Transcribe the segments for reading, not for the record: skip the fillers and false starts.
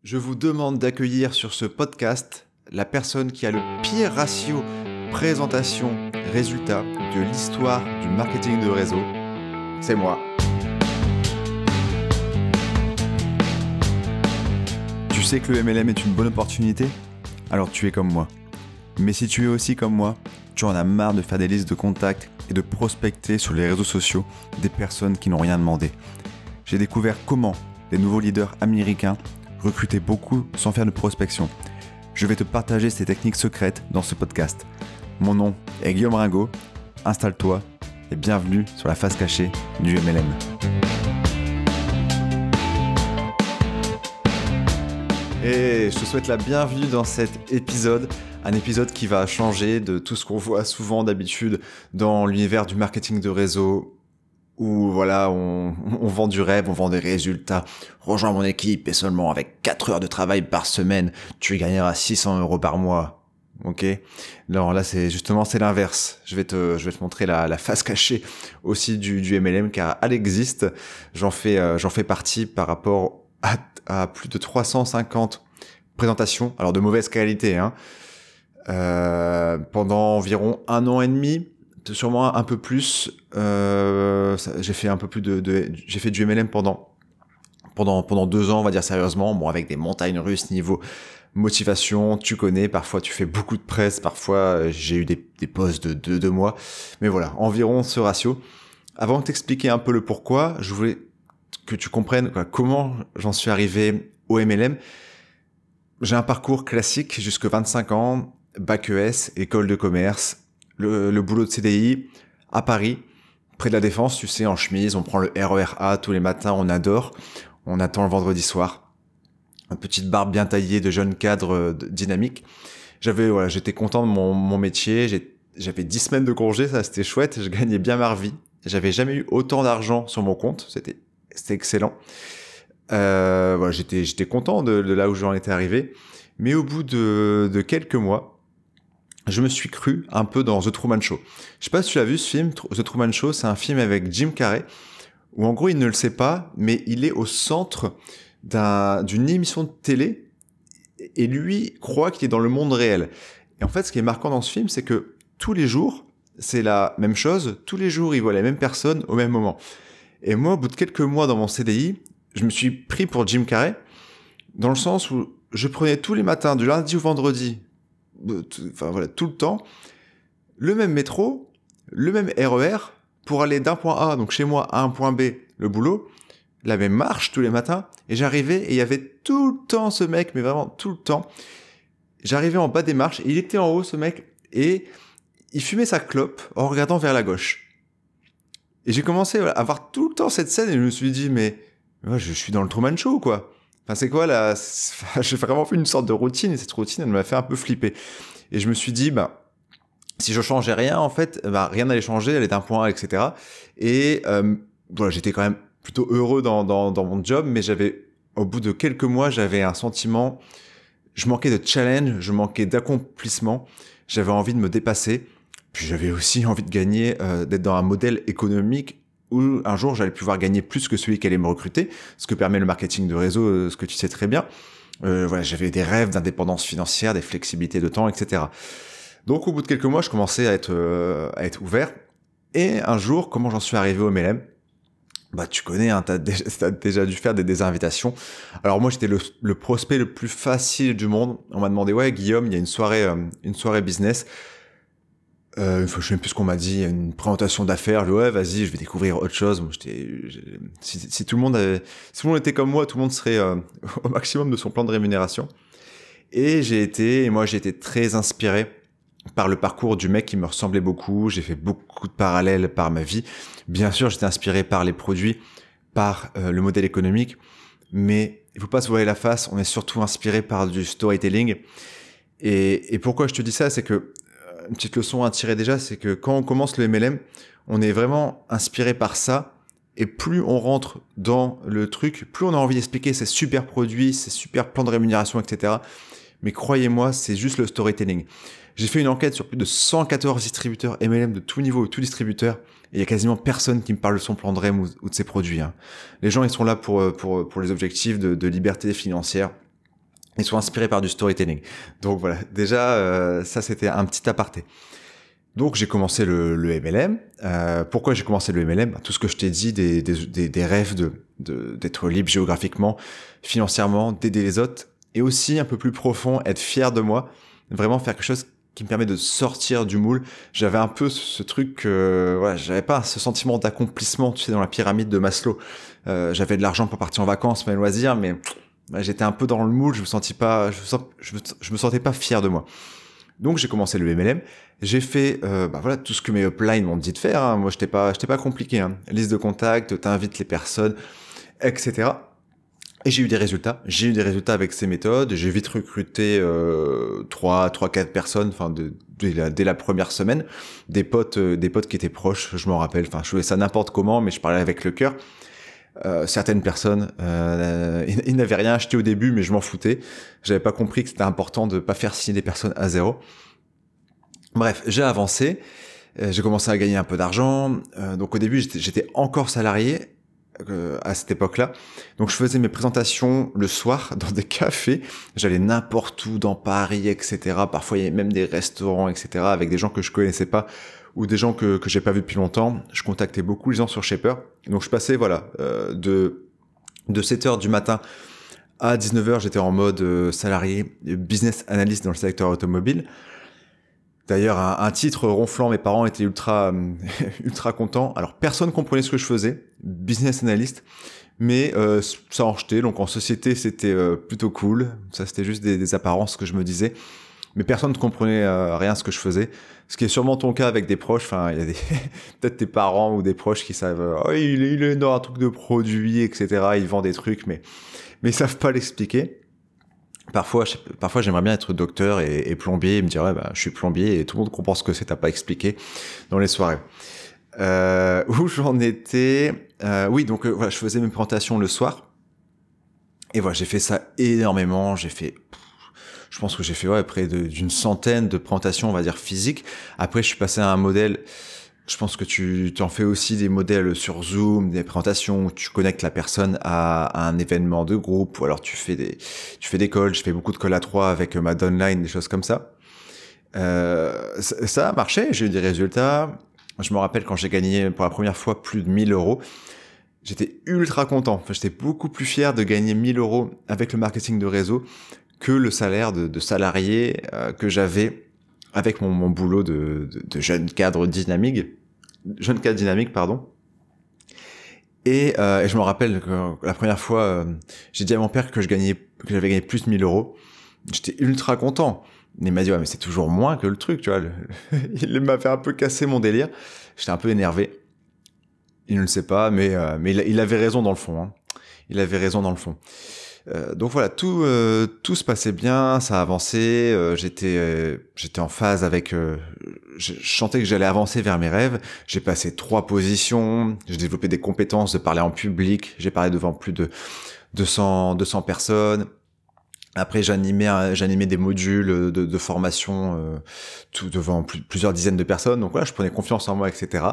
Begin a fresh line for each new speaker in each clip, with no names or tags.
Je vous demande d'accueillir sur ce podcast la personne qui a le pire ratio présentation-résultat de l'histoire du marketing de réseau. C'est moi. Tu sais que le MLM est une bonne opportunité ? Alors tu es comme moi. Mais si tu es aussi comme moi, tu en as marre de faire des listes de contacts et de prospecter sur les réseaux sociaux des personnes qui n'ont rien demandé. J'ai découvert comment les nouveaux leaders américains recrutaient beaucoup sans faire de prospection. Je vais te partager ces techniques secrètes dans ce podcast. Mon nom est Guillaume Ringot, installe-toi et bienvenue sur la face cachée du MLM. Et je te souhaite la bienvenue dans cet épisode, un épisode qui va changer de tout ce qu'on voit souvent d'habitude dans l'univers du marketing de réseau, où voilà, on vend du rêve, on vend des résultats. Rejoins mon équipe et seulement avec 4 heures de travail par semaine, tu gagneras 600 € par mois. Ok ? Alors là, c'est l'inverse. Je vais te montrer la face cachée aussi du MLM, car elle existe. J'en fais partie par rapport à plus de 350 présentations, alors de mauvaise qualité, pendant environ 1 an et demi. Sûrement un peu plus. J'ai fait un peu plus j'ai fait du MLM pendant 2 ans, on va dire sérieusement. Bon, avec des montagnes russes niveau motivation, tu connais. Parfois, tu fais beaucoup de presse. Parfois, j'ai eu des pauses de 2 mois. Mais voilà, environ ce ratio. Avant de t'expliquer un peu le pourquoi, je voulais que tu comprennes comment j'en suis arrivé au MLM. J'ai un parcours classique jusque 25 ans, bac ES, école de commerce. Le boulot de CDI à Paris, près de la Défense, tu sais, en chemise, on prend le RER A tous les matins, on adore, on attend le vendredi soir. Une petite barbe bien taillée de jeune cadre dynamique. J'étais content de mon métier, j'avais 10 semaines de congé, ça c'était chouette, je gagnais bien ma vie. J'avais jamais eu autant d'argent sur mon compte, c'était excellent. J'étais content de là où j'en étais arrivé. Mais au bout de quelques mois, je me suis cru un peu dans The Truman Show. Je sais pas si tu l'as vu ce film, The Truman Show, c'est un film avec Jim Carrey, où en gros il ne le sait pas, mais il est au centre d'une émission de télé, et lui croit qu'il est dans le monde réel. Et en fait, ce qui est marquant dans ce film, c'est que tous les jours, c'est la même chose, tous les jours il voit les mêmes personnes au même moment. Et moi, au bout de quelques mois dans mon CDI, je me suis pris pour Jim Carrey, dans le sens où je prenais tous les matins, du lundi au vendredi, tout le temps, le même métro, le même RER, pour aller d'un point A, donc chez moi, à un point B, le boulot, la même marche tous les matins, et j'arrivais, et il y avait tout le temps ce mec, mais vraiment tout le temps, j'arrivais en bas des marches, et il était en haut ce mec, et il fumait sa clope en regardant vers la gauche. Et j'ai commencé à voir tout le temps cette scène, et je me suis dit, mais moi, je suis dans le Truman Show, quoi. Enfin, c'est quoi là ? J'ai vraiment fait une sorte de routine, et cette routine, elle m'a fait un peu flipper. Et je me suis dit, si je changeais rien, en fait, rien n'allait changer, elle est un point A, etc. Et j'étais quand même plutôt heureux dans mon job, mais au bout de quelques mois, j'avais un sentiment, je manquais de challenge, je manquais d'accomplissement, j'avais envie de me dépasser, puis j'avais aussi envie de gagner, d'être dans un modèle économique où un jour j'allais pouvoir gagner plus que celui qui allait me recruter, ce que permet le marketing de réseau, ce que tu sais très bien. J'avais des rêves d'indépendance financière, des flexibilités de temps, etc. Donc au bout de quelques mois, je commençais à être ouvert. Et un jour, comment j'en suis arrivé au MLM ? Tu connais, t'as déjà dû faire des invitations. Alors moi, j'étais le prospect le plus facile du monde. On m'a demandé, ouais Guillaume, il y a une soirée business. Je sais même plus ce qu'on m'a dit, une présentation d'affaires, ouais, vas-y, je vais découvrir autre chose. Moi, si tout le monde était comme moi, tout le monde serait au maximum de son plan de rémunération. Et j'ai été très inspiré par le parcours du mec qui me ressemblait beaucoup. J'ai fait beaucoup de parallèles par ma vie. Bien sûr, j'étais inspiré par les produits, par le modèle économique, mais il faut pas se voiler la face. On est surtout inspiré par du storytelling. Et pourquoi je te dis ça, c'est que une petite leçon à tirer déjà, c'est que quand on commence le MLM, on est vraiment inspiré par ça, et plus on rentre dans le truc, plus on a envie d'expliquer ces super produits, ces super plans de rémunération, etc. Mais croyez-moi, c'est juste le storytelling. J'ai fait une enquête sur plus de 114 distributeurs MLM de tout niveau, tout distributeur, et il y a quasiment personne qui me parle de son plan de REM ou de ses produits. Les gens, ils sont là pour les objectifs de liberté financière. Ils sont inspirés par du storytelling. Donc voilà, déjà, ça c'était un petit aparté. Donc j'ai commencé le MLM. Pourquoi j'ai commencé le MLM? Tout ce que je t'ai dit, des rêves d'être libre géographiquement, financièrement, d'aider les autres, et aussi un peu plus profond, être fier de moi, vraiment faire quelque chose qui me permet de sortir du moule. J'avais un peu ce truc, voilà, j'avais pas ce sentiment d'accomplissement, tu sais, dans la pyramide de Maslow. J'avais de l'argent pour partir en vacances, mes loisirs, mais j'étais un peu dans le moule, je me sentais pas fier de moi. Donc j'ai commencé le MLM, j'ai fait voilà tout ce que mes uplines m'ont dit de faire, hein. Moi j'étais pas compliqué, hein. Liste de contacts, t'invites les personnes, etc. Et j'ai eu des résultats. J'ai eu des résultats avec ces méthodes. J'ai vite recruté 4 personnes, enfin dès la première semaine, des potes qui étaient proches. Je m'en rappelle. Enfin, je faisais ça n'importe comment, mais je parlais avec le cœur. Certaines personnes, ils n'avaient rien acheté au début, mais je m'en foutais. J'avais pas compris que c'était important de pas faire signer des personnes à zéro. Bref, j'ai avancé. J'ai commencé à gagner un peu d'argent. Donc au début, j'étais encore salarié à cette époque-là. Donc je faisais mes présentations le soir dans des cafés. J'allais n'importe où dans Paris, etc. Parfois il y avait même des restaurants, etc. avec des gens que je connaissais pas ou des gens que j'ai pas vus depuis longtemps. Je contactais beaucoup les gens sur Shaper. Donc je passais de 7h du matin à 19h, j'étais en mode salarié, business analyst dans le secteur automobile. D'ailleurs, un titre ronflant, mes parents étaient ultra contents. Alors, personne comprenait ce que je faisais, business analyst, mais ça en jetait. Donc, en société, c'était plutôt cool. Ça, c'était juste des apparences que je me disais. Mais personne ne comprenait rien à ce que je faisais. Ce qui est sûrement ton cas avec des proches. Enfin, il y a peut-être tes parents ou des proches qui savent oh, il est dans un truc de produit, etc. Il vend des trucs, mais ils savent pas l'expliquer. Parfois, j'aimerais bien être docteur et plombier et me dire, ouais, je suis plombier et tout le monde comprend ce que c'est, t'as pas expliqué dans les soirées. Où j'en étais, oui, donc voilà, je faisais mes présentations le soir. Et voilà, j'ai fait ça énormément. Je pense que j'ai fait près d'une centaine de présentations, on va dire physiques. Après, je suis passé à un modèle. Je pense que tu en fais aussi des modèles sur Zoom, des présentations où tu connectes la personne à un événement de groupe, ou alors tu fais des calls. Je fais beaucoup de calls à 3 avec ma downline, des choses comme ça. Ça a marché, j'ai eu des résultats. Je me rappelle quand j'ai gagné pour la première fois plus de 1000 euros. J'étais ultra content. Enfin, j'étais beaucoup plus fier de gagner 1000 euros avec le marketing de réseau que le salaire de salarié que j'avais avec mon boulot de jeune cadre dynamique. Et je me rappelle que la première fois, j'ai dit à mon père que j'avais gagné plus de 1000 euros. J'étais ultra content. Mais il m'a dit, ouais, mais c'est toujours moins que le truc, tu vois. Il m'a fait un peu casser mon délire. J'étais un peu énervé. Il ne le sait pas, mais il avait raison dans le fond, hein. Il avait raison dans le fond. Donc voilà, tout se passait bien, ça avançait. J'étais en phase avec. Je sentais que j'allais avancer vers mes rêves. J'ai passé 3 positions. J'ai développé des compétences de parler en public. J'ai parlé devant plus de 200 personnes. Après, j'animais des modules de formation tout devant plusieurs dizaines de personnes. Donc voilà, je prenais confiance en moi, etc.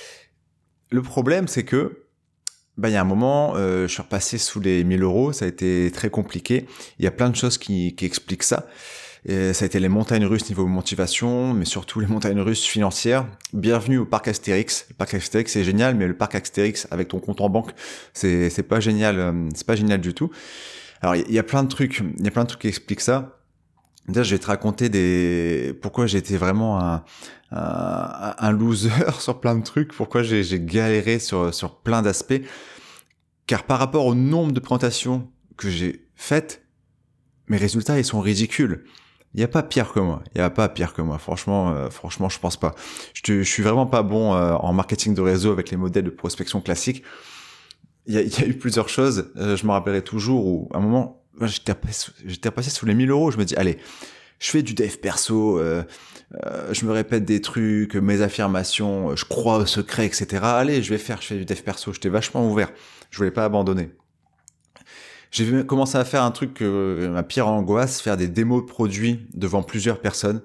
Le problème, c'est que il y a un moment, je suis repassé sous les 1000 euros, ça a été très compliqué. Il y a plein de choses qui expliquent ça. Et ça a été les montagnes russes niveau motivation, mais surtout les montagnes russes financières. Bienvenue au parc Astérix. Le parc Astérix, c'est génial, mais le parc Astérix avec ton compte en banque, c'est pas génial, c'est pas génial du tout. Alors, il y a plein de trucs qui expliquent ça. Déjà, je vais te raconter pourquoi j'ai été vraiment un loser sur plein de trucs, pourquoi j'ai galéré sur plein d'aspects. Car par rapport au nombre de présentations que j'ai faites, mes résultats, ils sont ridicules. Il y a pas pire que moi. Franchement, je pense pas. Je suis vraiment pas bon en marketing de réseau avec les modèles de prospection classiques. Il y a eu plusieurs choses. Je me rappellerai toujours où, à un moment, j'étais repassé sous les 1000 euros. Je me dis, allez, je fais du dev perso, je me répète des trucs, mes affirmations, je crois au secret, etc. Allez, je fais du dev perso. J'étais vachement ouvert. Je voulais pas abandonner. J'ai commencé à faire un truc, ma pire angoisse, faire des démos de produits devant plusieurs personnes.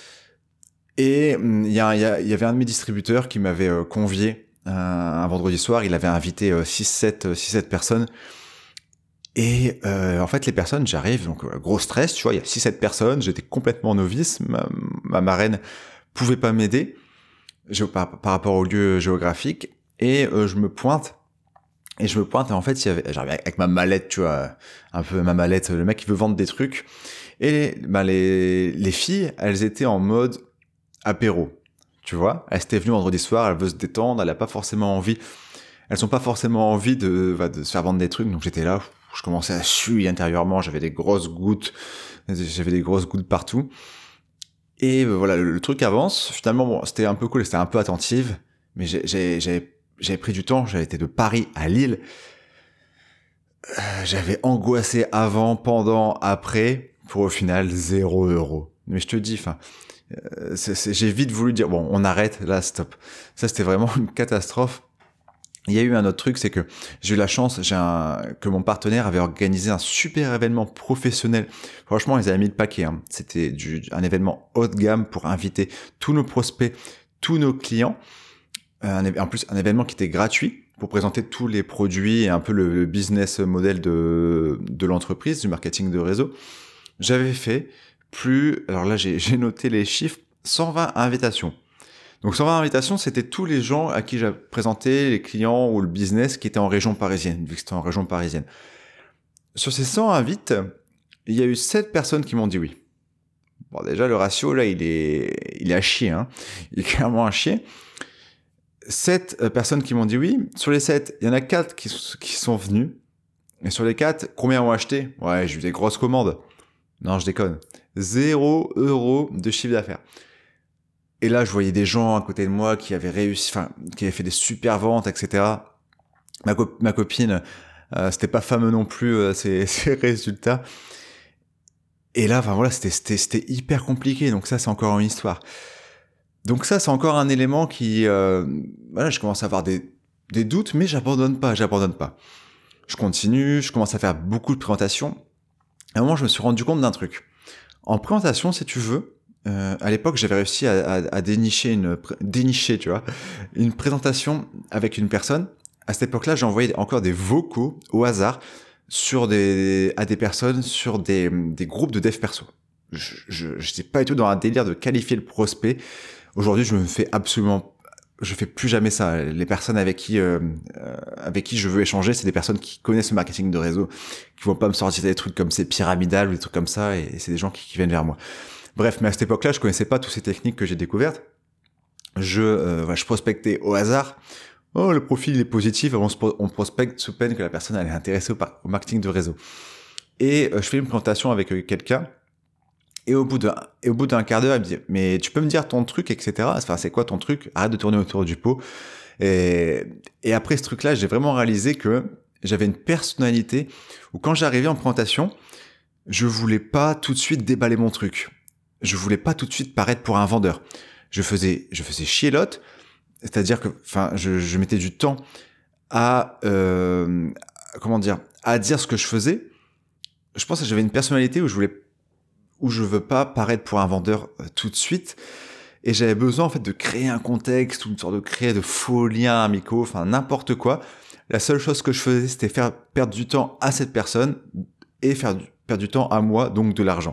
Et il y avait un de mes distributeurs qui m'avait convié un vendredi soir. Il avait invité 6-7 personnes. Et en fait, les personnes, j'arrive, donc gros stress, tu vois, il y a 6-7 personnes, j'étais complètement novice, ma marraine pouvait pas m'aider par rapport au lieu géographique, et je me pointe, et en fait, j'arrive avec ma mallette, tu vois, un peu ma mallette, le mec qui veut vendre des trucs, et les filles, elles étaient en mode apéro, tu vois, elles étaient venues vendredi soir, elles veulent se détendre, elles ont pas forcément envie de se faire vendre des trucs, donc j'étais là, je commençais à suer intérieurement, j'avais des grosses gouttes partout. Et voilà, le truc avance. Finalement, bon, c'était un peu cool, c'était un peu attentive, mais j'avais pris du temps. J'avais été de Paris à Lille. J'avais angoissé avant, pendant, après, pour au final 0 €. Mais je te dis, j'ai vite voulu dire bon, on arrête, là, stop. Ça, c'était vraiment une catastrophe. Il y a eu un autre truc, c'est que j'ai eu la chance, que mon partenaire avait organisé un super événement professionnel. Franchement, ils avaient mis le paquet, hein. C'était un événement haut de gamme pour inviter tous nos prospects, tous nos clients. En plus, un événement qui était gratuit pour présenter tous les produits et un peu le business model de l'entreprise, du marketing de réseau. J'avais fait alors là, j'ai noté les chiffres, 120 invitations. Donc 120 invitations, c'était tous les gens à qui j'ai présenté les clients ou le business qui étaient en région parisienne, vu que c'était en région parisienne. Sur ces 100 invites, il y a eu 7 personnes qui m'ont dit oui. Bon, déjà, le ratio, là, il est à chier, hein. Il est clairement à chier. 7 personnes qui m'ont dit oui. Sur les 7, il y en a 4 qui sont venus. Et sur les 4, combien ont acheté? Ouais, j'ai eu des grosses commandes. Non, je déconne. 0 € de chiffre d'affaires. Et là, je voyais des gens à côté de moi qui avaient réussi, qui avaient fait des super ventes, etc. Ma copine, c'était pas fameux non plus, ses résultats. Et là, voilà, c'était hyper compliqué. Donc ça, c'est encore une histoire. Donc ça, c'est encore un élément qui, voilà, je commence à avoir des doutes, mais j'abandonne pas. Je continue, je commence à faire beaucoup de présentations. À un moment, je me suis rendu compte d'un truc. En présentation, si tu veux, à l'époque, j'avais réussi à dénicher, tu vois, une présentation avec une personne. À cette époque-là, j'envoyais encore des vocaux au hasard à des personnes sur des groupes de dev perso. Je n'étais pas du tout dans un délire de qualifier le prospect. Aujourd'hui, je fais plus jamais ça. Les personnes avec qui je veux échanger, c'est des personnes qui connaissent le marketing de réseau, qui vont pas me sortir des trucs comme c'est pyramidal ou des trucs comme ça, et c'est des gens qui viennent vers moi. Bref, mais à cette époque-là, je connaissais pas toutes ces techniques que j'ai découvertes. Je prospectais au hasard. Oh, le profil est positif, on prospecte sous peine que la personne elle est intéressée au marketing de réseau. Et je fais une présentation avec quelqu'un. Et au bout d'un quart d'heure, elle me dit, mais tu peux me dire ton truc, etc. Enfin, c'est quoi ton truc? Arrête de tourner autour du pot. Et après ce truc-là, j'ai vraiment réalisé que j'avais une personnalité où quand j'arrivais en présentation, je voulais pas tout de suite déballer mon truc. Je voulais pas tout de suite paraître pour un vendeur. Je faisais chier l'autre, c'est-à-dire que, je mettais du temps à dire ce que je faisais. Je pense que j'avais une personnalité où je veux pas paraître pour un vendeur tout de suite, et j'avais besoin en fait de créer un contexte ou une sorte de créer de faux liens amicaux, n'importe quoi. La seule chose que je faisais, c'était faire perdre du temps à cette personne et perdre du temps à moi, donc de l'argent.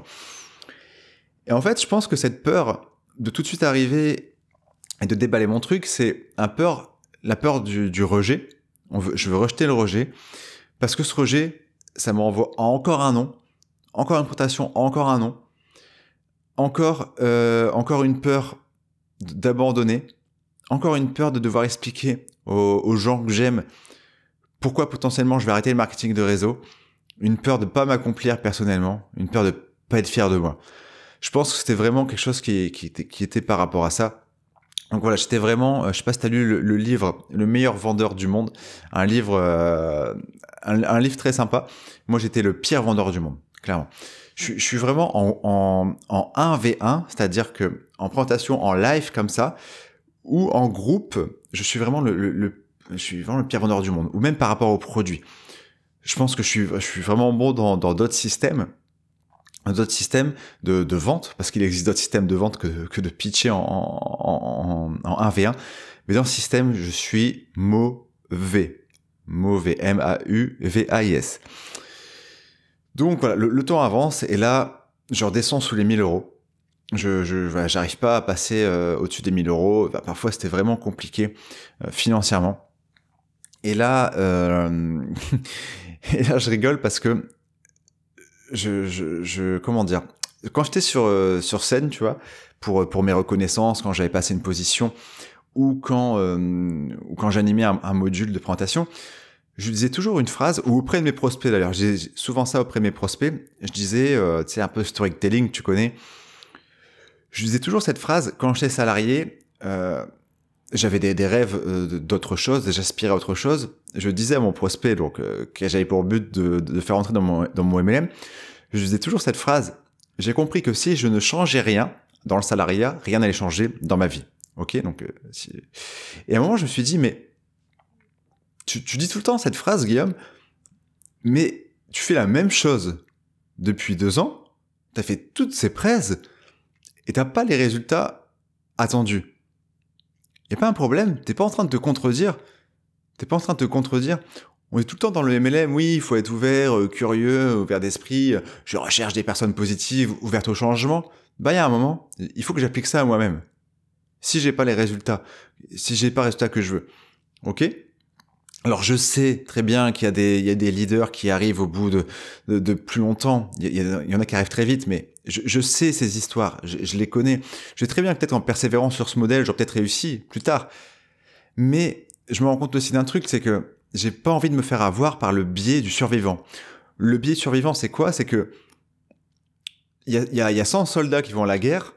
Et en fait, je pense que cette peur de tout de suite arriver et de déballer mon truc, c'est la peur du rejet. Je veux rejeter le rejet, parce que ce rejet, ça m'envoie encore un nom, encore une présentation, encore un nom, encore une peur d'abandonner, encore une peur de devoir expliquer aux gens que j'aime pourquoi potentiellement je vais arrêter le marketing de réseau, une peur de pas m'accomplir personnellement, une peur de pas être fier de moi. Je pense que c'était vraiment quelque chose qui était par rapport à ça. Donc voilà, j'étais vraiment, je sais pas si t'as lu le livre Le meilleur vendeur du monde, un livre très sympa. Moi, j'étais le pire vendeur du monde, clairement. Je suis vraiment en 1v1, c'est-à-dire que en présentation, en live comme ça, ou en groupe, je suis vraiment je suis vraiment le pire vendeur du monde, ou même par rapport aux produits. Je pense que je suis vraiment bon dans d'autres systèmes de vente, parce qu'il existe d'autres systèmes de vente que de pitcher en 1v1. Mais dans le système, je suis mauvais. Mauvais. M-A-U-V-A-I-S. Donc voilà, le temps avance et là, je redescends sous les 1 000 euros. Voilà, j'arrive pas à passer au-dessus des 1 000 euros. Bah, parfois, c'était vraiment compliqué financièrement. Et là, et là, je rigole parce que comment dire, quand j'étais sur scène, tu vois, pour mes reconnaissances, quand j'avais passé une position ou quand j'animais un module de présentation, je disais toujours une phrase, ou auprès de mes prospects d'ailleurs, j'ai souvent ça auprès de mes prospects, je disais, tu sais, un peu storytelling, tu connais, je disais toujours cette phrase, quand j'étais salarié, j'avais des rêves d'autre chose, j'aspirais à autre chose, je disais à mon prospect, donc que j'avais pour but de faire entrer dans mon MLM, je disais toujours cette phrase, j'ai compris que si je ne changeais rien dans le salariat, rien n'allait changer dans ma vie. Ok, donc et à un moment je me suis dit, mais tu dis tout le temps cette phrase, Guillaume, mais tu fais la même chose depuis 2 ans, t'as fait toutes ces prêts et t'as pas les résultats attendus. Y a pas un problème, t'es pas en train de te contredire. On est tout le temps dans le MLM, oui, il faut être ouvert, curieux, ouvert d'esprit, je recherche des personnes positives, ouvertes au changement. Bah, il y a un moment, il faut que j'applique ça à moi-même. Si j'ai pas les résultats, si j'ai pas les résultats que je veux. Ok? Alors je sais très bien qu'il y a des leaders qui arrivent au bout de plus longtemps. Il y en a qui arrivent très vite, mais je sais ces histoires, je les connais. Je sais très bien que peut-être en persévérant sur ce modèle, j'aurais peut-être réussi plus tard. Mais je me rends compte aussi d'un truc, c'est que j'ai pas envie de me faire avoir par le biais du survivant. Le biais survivant, c'est quoi? C'est que il y a 100 soldats qui vont à la guerre,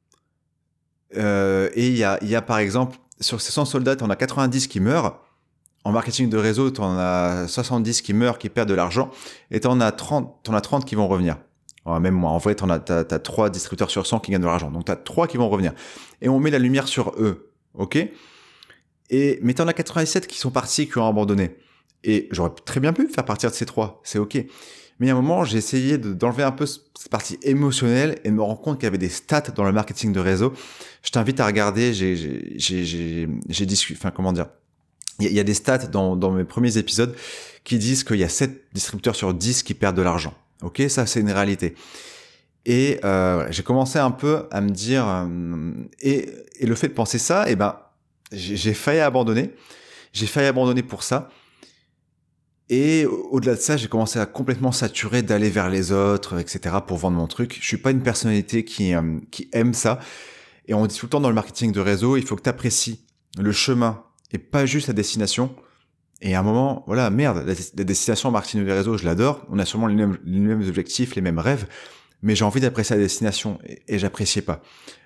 et il y a par exemple, sur ces 100 soldats, on a 90 qui meurent. En marketing de réseau, tu en as 70 qui meurent, qui perdent de l'argent, et tu en as 30 qui vont revenir. Ouais, même moi, en vrai, t'as 3 distributeurs sur 100 qui gagnent de l'argent. Donc tu as 3 qui vont revenir. Et on met la lumière sur eux. Ok? Mais t'en as 97 qui sont partis, qui ont abandonné. Et j'aurais très bien pu faire partir de ces 3. C'est ok. Mais à un moment, j'ai essayé d'enlever un peu cette partie émotionnelle et de me rendre compte qu'il y avait des stats dans le marketing de réseau. Je t'invite à regarder. J'ai discuté, enfin, comment dire? Il y a des stats dans mes premiers épisodes qui disent qu'il y a 7 distributeurs sur 10 qui perdent de l'argent. Ok, ça c'est une réalité. Et j'ai commencé un peu à me dire, et le fait de penser ça, eh ben, j'ai failli abandonner. J'ai failli abandonner pour ça. Et au-delà de ça, j'ai commencé à complètement saturer d'aller vers les autres, etc. pour vendre mon truc. Je suis pas une personnalité qui aime ça. Et on dit tout le temps dans le marketing de réseau, il faut que tu apprécies le chemin et pas juste la destination. Et à un moment, voilà, merde, la destination en marketing de réseau, je l'adore. On a sûrement les mêmes objectifs, les mêmes rêves. Mais j'ai envie d'apprécier la destination. Et j'appréciais pas.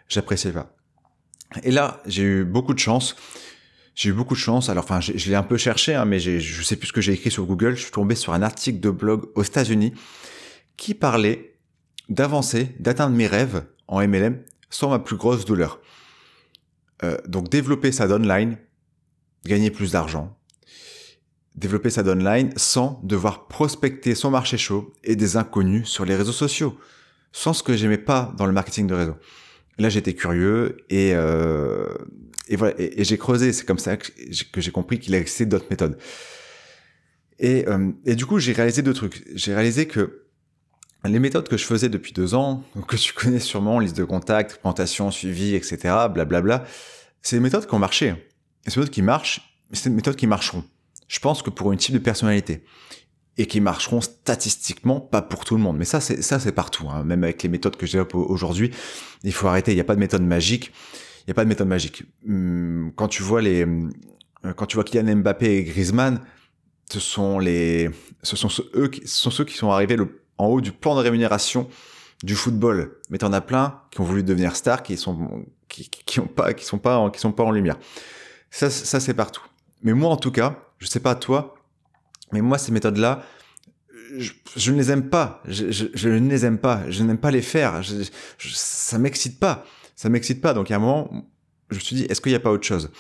Et là, j'ai eu beaucoup de chance. Alors, enfin, je l'ai un peu cherché, hein, mais je sais plus ce que j'ai écrit sur Google. Je suis tombé sur un article de blog aux États-Unis qui parlait d'avancer, d'atteindre mes rêves en MLM sans ma plus grosse douleur. Donc, développer sa downline, gagner plus d'argent. Développer sa downline sans devoir prospecter son marché chaud et des inconnus sur les réseaux sociaux. Sans ce que j'aimais pas dans le marketing de réseau. Là, j'étais curieux et voilà, et j'ai creusé. C'est comme ça que j'ai compris qu'il existait d'autres méthodes. Et du coup, j'ai réalisé 2 trucs. J'ai réalisé que les méthodes que je faisais depuis 2 ans, que tu connais sûrement, liste de contacts, présentation, suivi, etc., blablabla, c'est des méthodes qui ont marché. Et c'est des méthodes qui marchent, mais c'est des méthodes qui marcheront. Je pense que pour une type de personnalité. Et qui marcheront statistiquement, pas pour tout le monde. Mais ça, c'est partout, hein. Même avec les méthodes que je développe aujourd'hui, il faut arrêter. Il n'y a pas de méthode magique. Quand tu vois Kylian Mbappé et Griezmann, ce sont ceux qui sont arrivés en haut du plan de rémunération du football. Mais t'en as plein qui ont voulu devenir stars, qui sont pas en lumière. Ça c'est partout. Mais moi, en tout cas, je sais pas toi, mais moi, ces méthodes-là, je ne les aime pas. Je ne les aime pas. Je n'aime pas les faire. Ça m'excite pas. Donc, à un moment, je me suis dit, est-ce qu'il n'y a pas autre chose?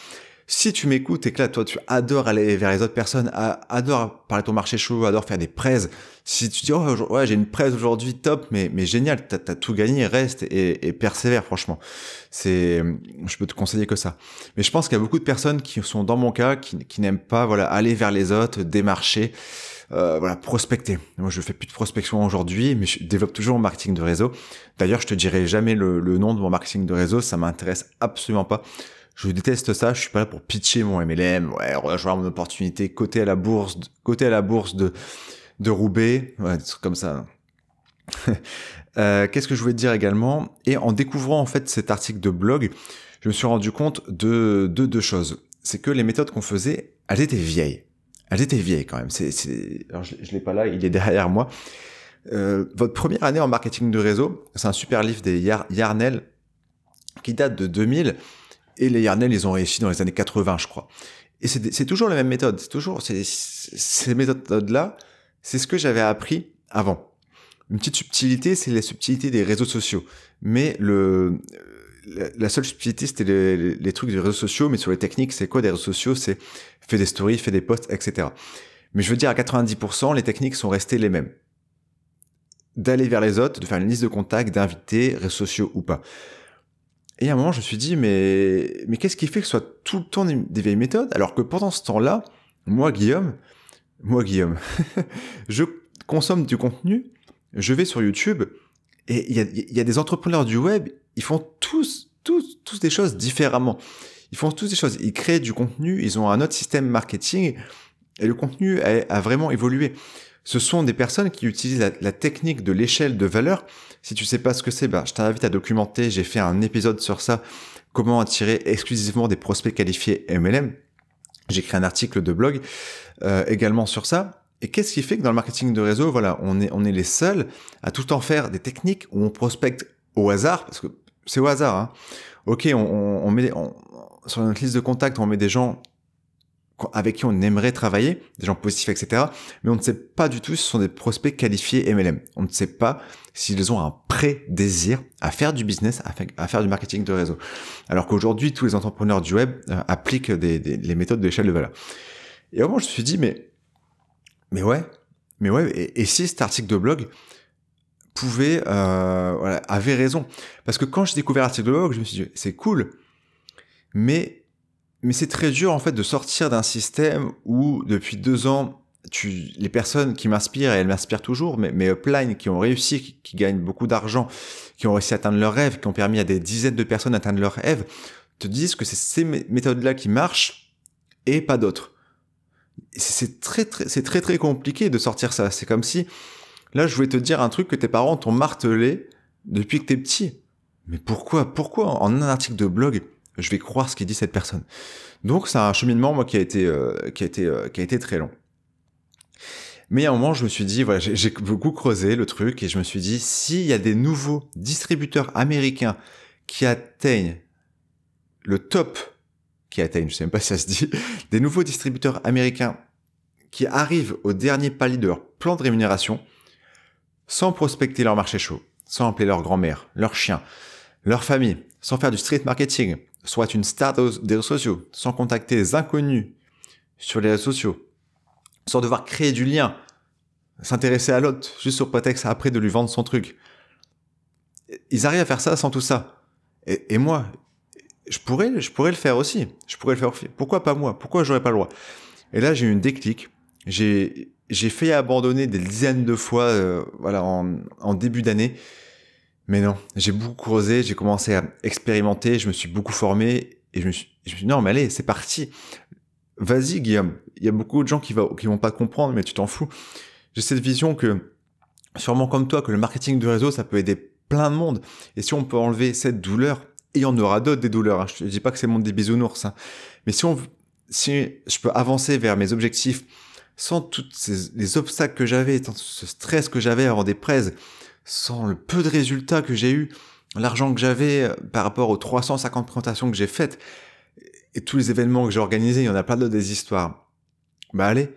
Si tu m'écoutes et que là, toi, tu adores aller vers les autres personnes, adore parler de ton marché chaud, adore faire des prêts, si tu dis, oh, ouais, j'ai une presse aujourd'hui, top, mais génial, t'as tout gagné, reste et persévère, franchement. Je peux te conseiller que ça. Mais je pense qu'il y a beaucoup de personnes qui sont dans mon cas, qui n'aiment pas, voilà, aller vers les autres, démarcher, voilà, prospecter. Moi, je fais plus de prospection aujourd'hui, mais je développe toujours mon marketing de réseau. D'ailleurs, je te dirai jamais le nom de mon marketing de réseau, ça m'intéresse absolument pas. Je déteste ça, je suis pas là pour pitcher mon MLM, ouais, rejoindre mon opportunité, côté à la bourse de Roubaix, ouais, des trucs comme ça. Qu'est-ce que je voulais te dire également? Et en découvrant en fait cet article de blog, je me suis rendu compte de deux choses. C'est que les méthodes qu'on faisait, elles étaient vieilles. Elles étaient vieilles quand même. Alors je l'ai pas là, il est derrière moi. Votre première année en marketing de réseau, c'est un super livre des Yarnell qui date de 2000. Et les Yarnell, ils ont réussi dans les années 80, je crois. Et c'est toujours la même méthode. C'est toujours ces méthodes-là. C'est ce que j'avais appris avant. Une petite subtilité, c'est la subtilité des réseaux sociaux. Mais la seule subtilité, c'était les trucs des réseaux sociaux. Mais sur les techniques, c'est quoi des réseaux sociaux? C'est fais des stories, fais des posts, etc. Mais je veux dire, à 90%, les techniques sont restées les mêmes. D'aller vers les autres, de faire une liste de contacts, d'invités, réseaux sociaux ou pas. Et à un moment, je me suis dit, mais qu'est-ce qui fait que ce soit tout le temps des vieilles méthodes, alors que pendant ce temps-là, moi, Guillaume, je consomme du contenu, je vais sur YouTube, et il y a des entrepreneurs du web, ils font tous des choses différemment. Ils font tous des choses, ils créent du contenu, ils ont un autre système marketing, et le contenu a vraiment évolué. Ce sont des personnes qui utilisent la technique de l'échelle de valeur. Si tu sais pas ce que c'est, je t'invite à documenter. J'ai fait un épisode sur ça. Comment attirer exclusivement des prospects qualifiés MLM. J'ai écrit un article de blog également sur ça. Et qu'est-ce qui fait que dans le marketing de réseau, voilà, on est les seuls à tout le temps faire des techniques où on prospecte au hasard, parce que c'est au hasard, hein. Ok, on met sur notre liste de contacts, on met des gens avec qui on aimerait travailler, des gens positifs, etc. Mais on ne sait pas du tout si ce sont des prospects qualifiés MLM. On ne sait pas s'ils ont un pré-désir à faire du business, à faire du marketing de réseau. Alors qu'aujourd'hui, tous les entrepreneurs du web appliquent les méthodes de l'échelle de valeur. Et au moment, je me suis dit, mais ouais, et si cet article de blog avait raison. Parce que quand j'ai découvert l'article de blog, je me suis dit, c'est cool, mais c'est très dur en fait de sortir d'un système où depuis 2 ans, les personnes qui m'inspirent, et elles m'inspirent toujours, mais upline, qui ont réussi, qui gagnent beaucoup d'argent, qui ont réussi à atteindre leurs rêves, qui ont permis à des dizaines de personnes d'atteindre leurs rêves, te disent que c'est ces méthodes-là qui marchent et pas d'autres. C'est très compliqué de sortir ça. C'est comme si, là, je voulais te dire un truc que tes parents t'ont martelé depuis que t'es petit. Mais pourquoi en un article de blog, je vais croire ce qu'il dit cette personne? Donc c'est un cheminement, moi, qui a été très long. Mais à un moment, je me suis dit, voilà, j'ai beaucoup creusé le truc et je me suis dit, s'il y a des nouveaux distributeurs américains qui atteignent le top, je sais même pas si ça se dit, des nouveaux distributeurs américains qui arrivent au dernier palier de leur plan de rémunération, sans prospecter leur marché chaud, sans appeler leur grand-mère, leur chien, leur famille, sans faire du street marketing, soit une star des réseaux sociaux, sans contacter les inconnus sur les réseaux sociaux, sans devoir créer du lien, s'intéresser à l'autre, juste sur prétexte après de lui vendre son truc. Ils arrivent à faire ça sans tout ça. Et moi, je pourrais le faire aussi. Pourquoi pas moi? Pourquoi j'aurais pas le droit? Et là, j'ai eu une déclic. J'ai failli abandonner des dizaines de fois, en début d'année. Mais non, j'ai beaucoup creusé, j'ai commencé à expérimenter, je me suis beaucoup formé et je me suis dit non, mais allez, c'est parti. Vas-y, Guillaume. Il y a beaucoup de gens qui vont pas comprendre, mais tu t'en fous. J'ai cette vision que, sûrement comme toi, que le marketing de réseau, ça peut aider plein de monde. Et si on peut enlever cette douleur, et il y en aura d'autres des douleurs, hein. Je te dis pas que c'est le monde des bisounours, hein. Mais si je peux avancer vers mes objectifs sans tous les obstacles que j'avais, sans ce stress que j'avais avant des prêts, sans le peu de résultats que j'ai eu, l'argent que j'avais par rapport aux 350 présentations que j'ai faites, et tous les événements que j'ai organisés, il y en a plein d'autres des histoires. Allez,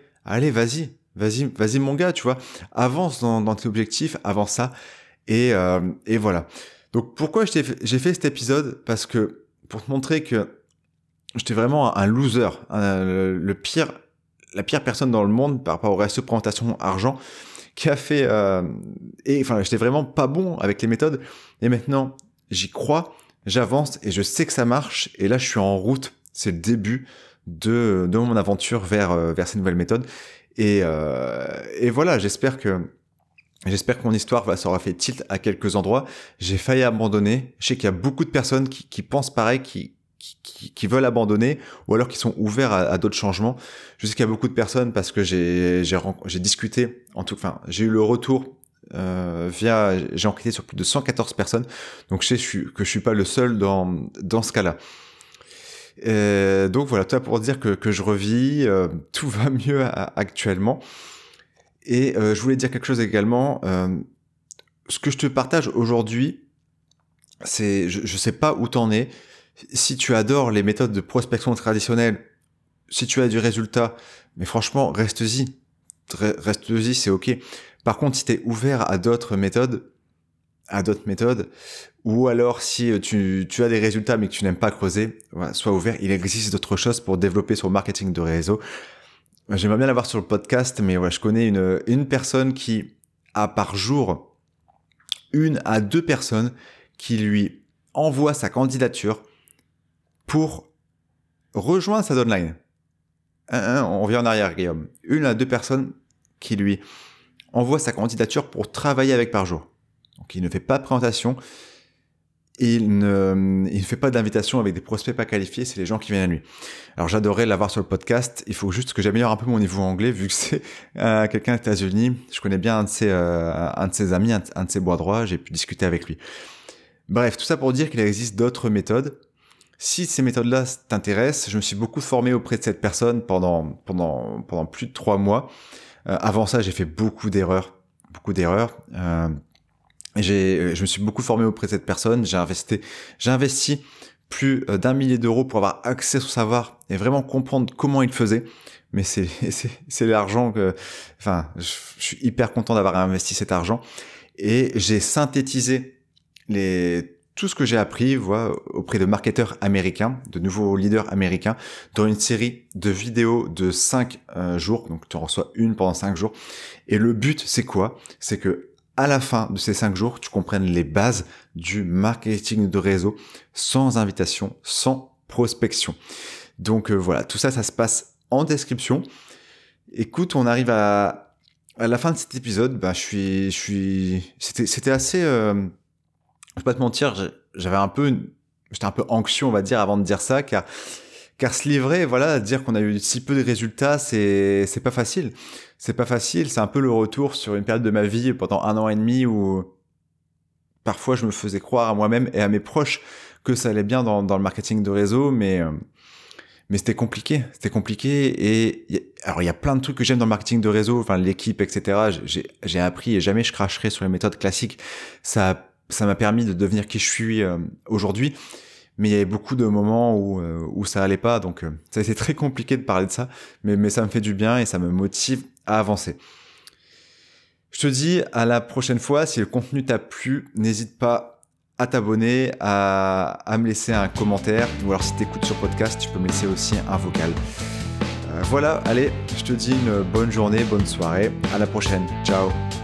vas-y mon gars, tu vois, avance dans tes objectifs, avance ça, et voilà. Donc pourquoi j'ai fait cet épisode? Parce que, pour te montrer que j'étais vraiment un loser, la pire personne dans le monde par rapport au ratio présentation argent qui a fait... et enfin, j'étais vraiment pas bon avec les méthodes. Et maintenant, j'y crois, j'avance et je sais que ça marche. Et là, je suis en route. C'est le début de mon aventure vers ces nouvelles méthodes. Et voilà, j'espère que mon histoire ça aura fait tilt à quelques endroits. J'ai failli abandonner. Je sais qu'il y a beaucoup de personnes qui pensent pareil, qui veulent abandonner ou alors qui sont ouverts à d'autres changements. Je sais qu'il y a beaucoup de personnes parce que j'ai discuté, j'ai eu le retour j'ai enquêté sur plus de 114 personnes. Donc je sais que je suis pas le seul dans ce cas-là. Donc voilà, tout ça pour dire que je revis, tout va mieux actuellement. Et je voulais dire quelque chose également. Ce que je te partage aujourd'hui, c'est, je sais pas où t'en es. Si tu adores les méthodes de prospection traditionnelles, si tu as du résultat, mais franchement, reste-y. Reste-y, c'est ok. Par contre, si t'es ouvert à d'autres méthodes, ou alors si tu as des résultats mais que tu n'aimes pas creuser, voilà, sois ouvert. Il existe d'autres choses pour développer son marketing de réseau. J'aimerais bien l'avoir sur le podcast, mais ouais, je connais une personne qui a par jour 1 à 2 personnes qui lui envoient sa candidature pour rejoindre sa downline. On revient en arrière, Guillaume. 1 à 2 personnes qui lui envoient sa candidature pour travailler avec par jour. Donc il ne fait pas de présentation, il ne fait pas d'invitation avec des prospects pas qualifiés, c'est les gens qui viennent à lui. Alors j'adorerais l'avoir sur le podcast, il faut juste que j'améliore un peu mon niveau anglais, vu que c'est quelqu'un des États-Unis. Je connais bien un de ses amis, un de ses bras droits, j'ai pu discuter avec lui. Bref, tout ça pour dire qu'il existe d'autres méthodes. Si ces méthodes-là t'intéressent, je me suis beaucoup formé auprès de cette personne pendant plus de 3 mois. Avant ça, j'ai fait beaucoup d'erreurs. Je me suis beaucoup formé auprès de cette personne. J'ai investi plus d'1 millier d'euros pour avoir accès au savoir et vraiment comprendre comment il faisait. Mais c'est l'argent je suis hyper content d'avoir investi cet argent. Et j'ai synthétisé tout ce que j'ai appris, auprès de marketeurs américains, de nouveaux leaders américains, dans une série de vidéos de 5 jours. Donc, tu en reçois une pendant 5 jours. Et le but, c'est quoi? C'est que à la fin de ces 5 jours, tu comprennes les bases du marketing de réseau sans invitation, sans prospection. Donc voilà, tout ça se passe en description. Écoute, on arrive à la fin de cet épisode. C'était assez... je vais pas te mentir, j'étais un peu anxieux, on va dire, avant de dire ça, car se livrer, dire qu'on a eu si peu de résultats, c'est pas facile. C'est pas facile, c'est un peu le retour sur une période de ma vie pendant 1 an et demi où parfois je me faisais croire à moi-même et à mes proches que ça allait bien dans le marketing de réseau, mais c'était compliqué. Et alors il y a plein de trucs que j'aime dans le marketing de réseau, l'équipe, etc. J'ai appris et jamais je cracherai sur les méthodes classiques. Ça m'a permis de devenir qui je suis aujourd'hui. Mais il y avait beaucoup de moments où ça allait pas, donc ça c'est très compliqué de parler de ça, mais ça me fait du bien et ça me motive à avancer. Je te dis à la prochaine fois. Si le contenu t'a plu, n'hésite pas à t'abonner, à me laisser un commentaire, ou alors si t'écoutes sur podcast, tu peux me laisser aussi un vocal. Voilà, allez, je te dis une bonne journée, bonne soirée, à la prochaine, ciao.